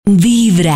Vibra.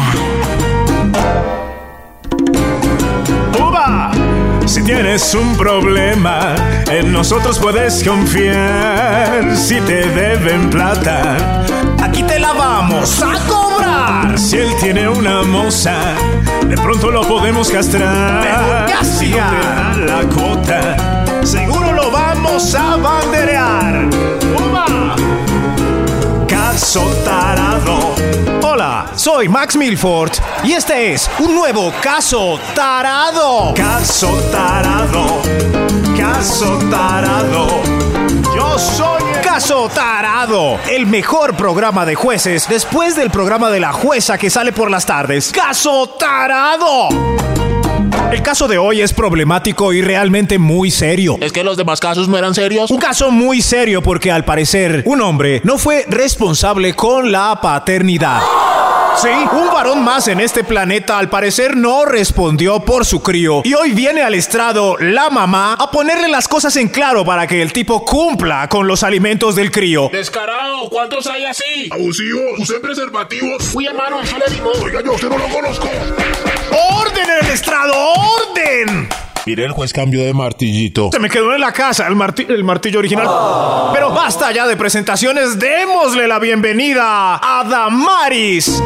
¡Uva! Si tienes un problema, en nosotros puedes confiar. Si te deben plata, aquí te la vamos a cobrar. Si él tiene una moza, de pronto lo podemos castrar. Si no te da la cuota, seguro lo vamos a banderear. ¡Uva! Caso tarado. Hola, soy Max Milford y este es un nuevo Caso Tarado. Caso tarado. Caso tarado. Yo soy el Caso Tarado, el mejor programa de jueces después del programa de la jueza que sale por las tardes. ¡Caso Tarado! El caso de hoy es problemático y realmente muy serio. ¿Es que los demás casos no eran serios? Un caso muy serio porque al parecer un hombre no fue responsable con la paternidad. Sí, un varón más en este planeta al parecer no respondió por su crío y hoy viene al estrado la mamá a ponerle las cosas en claro para que el tipo cumpla con los alimentos del crío. Descarado, ¿cuántos hay así? Abusivo, usé preservativos. Uy, hermano, eso le digo. Oiga, yo a usted no lo conozco. ¡Orden en el estrado! ¡Orden! Mire, el juez cambió de martillito. Se me quedó en la casa el martillo original. Pero basta ya de presentaciones. Démosle la bienvenida a Damaris.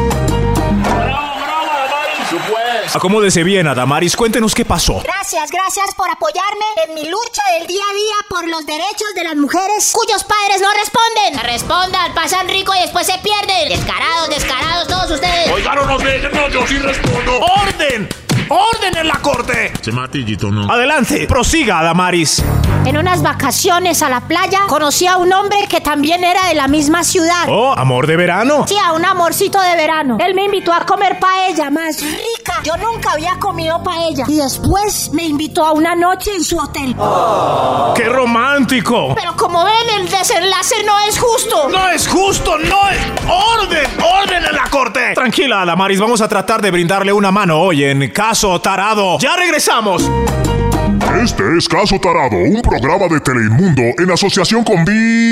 Acomódese bien, Adamaris. Cuéntenos qué pasó. Gracias por apoyarme en mi lucha del día a día por los derechos de las mujeres cuyos padres no responden. Respondan, pasan rico y después se pierden. Descarados todos ustedes. Oiga, no nos dejen, no, yo sí respondo. ¡Orden! ¡Orden en la corte! Ese martillito no. Adelante, prosiga, Damaris. En unas vacaciones a la playa conocí a un hombre que también era de la misma ciudad. Oh, amor de verano. Sí, a un amorcito de verano. Él me invitó a comer paella más rica. Yo nunca había comido paella. Y después me invitó a una noche en su hotel. ¡Qué romántico! Pero como ven, el desenlace no es justo. ¡No es justo! ¡No es! ¡Orden! ¡Orden en la corte! Tranquila, Damaris, vamos a tratar de brindarle una mano hoy en Caso Tarado. ¡Ya regresamos! Este es Caso Tarado, un programa de Teleinmundo en asociación con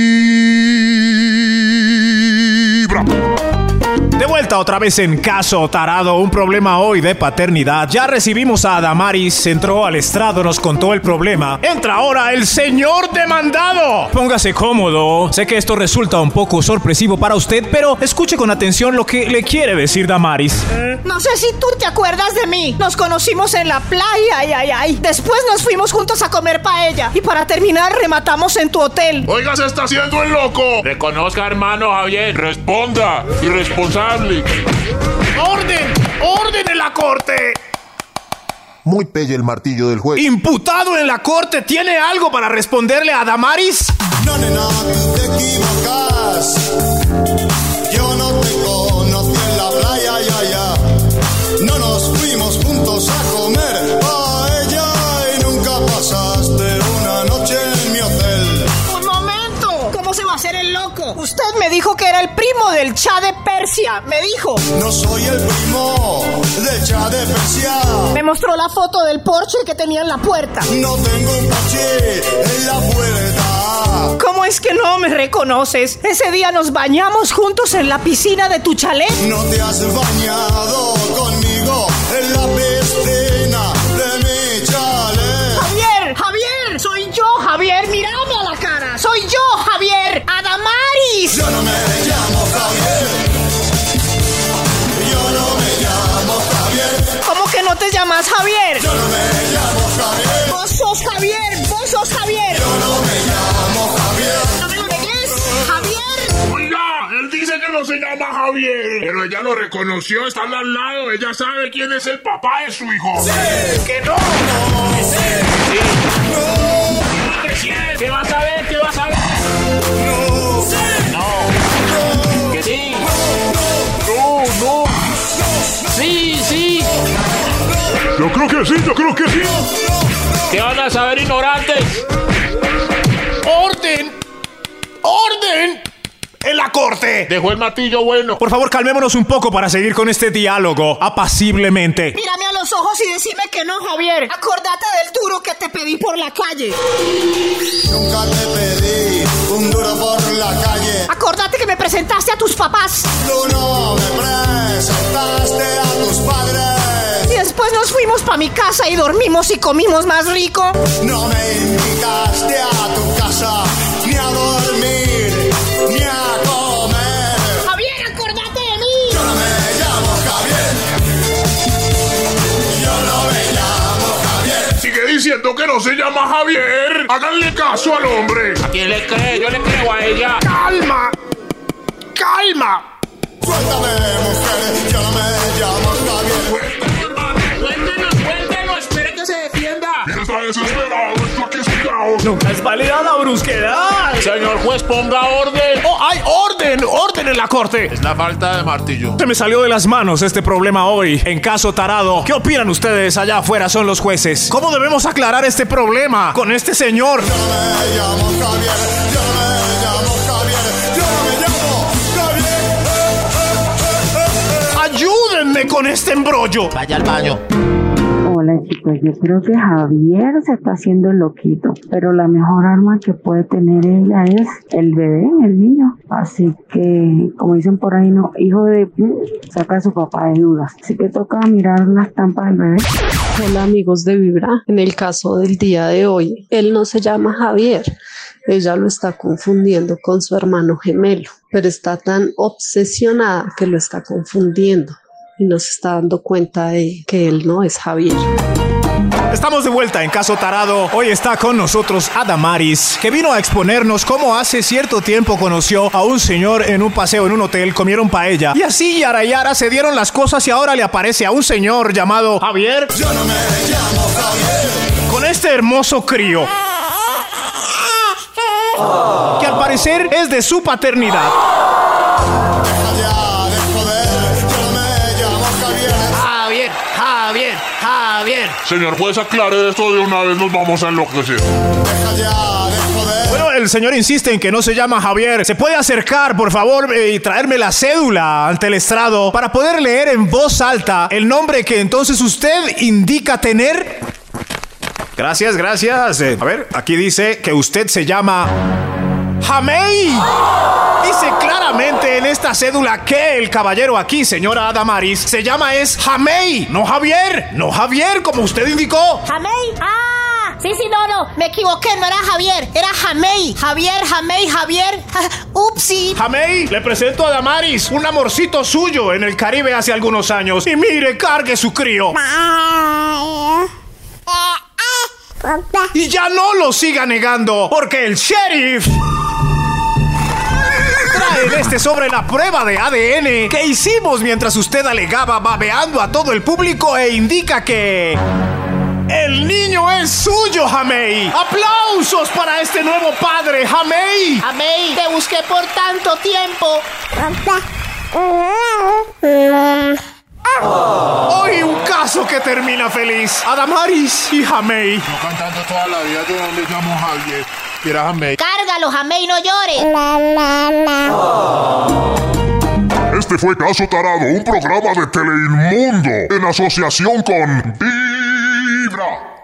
Vibra. De vuelta otra vez en Caso Tarado, un problema hoy de paternidad. Ya recibimos a Damaris, entró al estrado, nos contó el problema. Entra ahora el señor demandado. Póngase cómodo. Sé que esto resulta un poco sorpresivo para usted, pero escuche con atención lo que le quiere decir Damaris. No sé si tú te acuerdas de mí. Nos conocimos en la playa, Después nos fuimos juntos a comer paella. Y para terminar, rematamos en tu hotel. Oiga, se está haciendo el loco. Reconozca, hermano Javier. Responda, irresponsable. ¡Orden! ¡Orden en la corte! Muy pelle el martillo del juez. ¿Imputado en la corte tiene algo para responderle a Damaris? No, nena, tú te equivocas. Yo no te conocí en la playa, No nos fuimos juntos a comer paella y nunca pasaste una noche en mi hotel. ¡Un momento! ¿Cómo se va a hacer el loco? Usted me dijo que era el primo del Shah de Persia. Me dijo. No soy el primo del Shah de Persia. Me mostró la foto del Porsche que tenía en la puerta. No tengo un Porsche en la puerta. ¿Cómo es que no me reconoces? Ese día nos bañamos juntos en la piscina de tu chalet. No te has bañado conmigo en la piscina de mi chalet. Javier, soy yo, Javier. Mírame a la cara. Soy yo, Javier. Adamaris. Yo no me llamo Javier. Yo no me llamo Javier. ¿Cómo que no te llamas Javier? Yo no me llamo Javier. Vos sos Javier. Yo no me llamo Javier. ¿No me lo negues? Javier. Oiga, él dice que no se llama Javier. Pero ella lo reconoció, están al lado. Ella sabe quién es el papá de su hijo. Sí. ¡Que no! ¿Qué vas a ver? No. Que sí. No. Sí. Yo creo que sí. ¿Qué van a saber, ignorantes? ¡Orden! en la corte. Dejó el martillo bueno. Por favor, calmémonos un poco para seguir con este diálogo apaciblemente. Mírame a los ojos y decime que no, Javier. Acordate del duro que te pedí por la calle. Nunca te pedí un duro por la calle. Acordate que me presentaste a tus papás. Tú no me presentaste a tus padres. Y después nos fuimos pa' mi casa y dormimos y comimos más rico. No me invitaste a tu casa, ni a dormir, ni a comer. Javier, acordate de mí. Yo no me llamo Javier. Yo no me llamo Javier. Sigue diciendo que no se llama Javier. Háganle caso al hombre. ¿A quién le cree? Yo le creo a ella. ¡Calma! ¡Calma! Suéltame, mujer, yo no me llamo Javier. Suéltelo, espere que se defienda. Está desesperado, esto aquí es un caos. Nunca es válida la brusquedad. Señor juez, ponga orden. ¡Oh, hay orden! ¡Orden en la corte! Es la falta de martillo. Se me salió de las manos este problema hoy. En caso tarado, ¿qué opinan ustedes allá afuera? Son los jueces. ¿Cómo debemos aclarar este problema con este señor? Yo no me llamo Javier. Yo no me llamo Javier. Yo no me llamo Javier. ¡Ayúdenme con este embrollo! Vaya al baño. Hola chicos, yo creo que Javier se está haciendo el loquito, pero la mejor arma que puede tener ella es el bebé, el niño. Así que, como dicen por ahí, no, hijo de saca a su papá de dudas. Así que toca mirar la estampa del bebé. Hola amigos de Vibra, en el caso del día de hoy, él no se llama Javier. Ella lo está confundiendo con su hermano gemelo, pero está tan obsesionada que lo está confundiendo y no se está dando cuenta de que él no es Javier. Estamos de vuelta en Caso Tarado. Hoy está con nosotros Adamaris, que vino a exponernos cómo hace cierto tiempo conoció a un señor en un paseo en un hotel, comieron paella y así yara yara se dieron las cosas y ahora le aparece a un señor llamado Javier. Yo no me llamo Javier. Con este hermoso crío que al parecer es de su paternidad. Deja ya de joder. Yo no me llamo Javier. Javier. Señor juez, aclare esto de una vez, nos vamos a enloquecer. Deja ya de joder. Bueno, el señor insiste en que no se llama Javier. ¿Se puede acercar, por favor, y traerme la cédula ante el estrado para poder leer en voz alta el nombre que entonces usted indica tener? Gracias. A ver, aquí dice que usted se llama Jamey. Dice claramente en esta cédula que el caballero aquí, señora Adamaris, se llama es Jamey, no Javier. No Javier, como usted indicó. ¿Jamey? ¡Ah! Sí, no. Me equivoqué, no era Javier, era Jamey. Javier. Upsi. Jamey, le presento a Adamaris, un amorcito suyo en el Caribe hace algunos años. Y mire, cargue su crío. Y ya no lo siga negando, porque el sheriff trae en este sobre la prueba de ADN que hicimos mientras usted alegaba babeando a todo el público e indica que el niño es suyo, Jamey. ¡Aplausos para este nuevo padre, Jamey! Jamey, te busqué por tanto tiempo. Hoy un caso que termina feliz. Adamaris y Jamey. No cantando toda la vida, yo no me llamo Javier. Era Jamey. Cárgalo, Jamey, no llores. Este fue Caso Tarado, un programa de Teleinmundo en asociación con Vibra.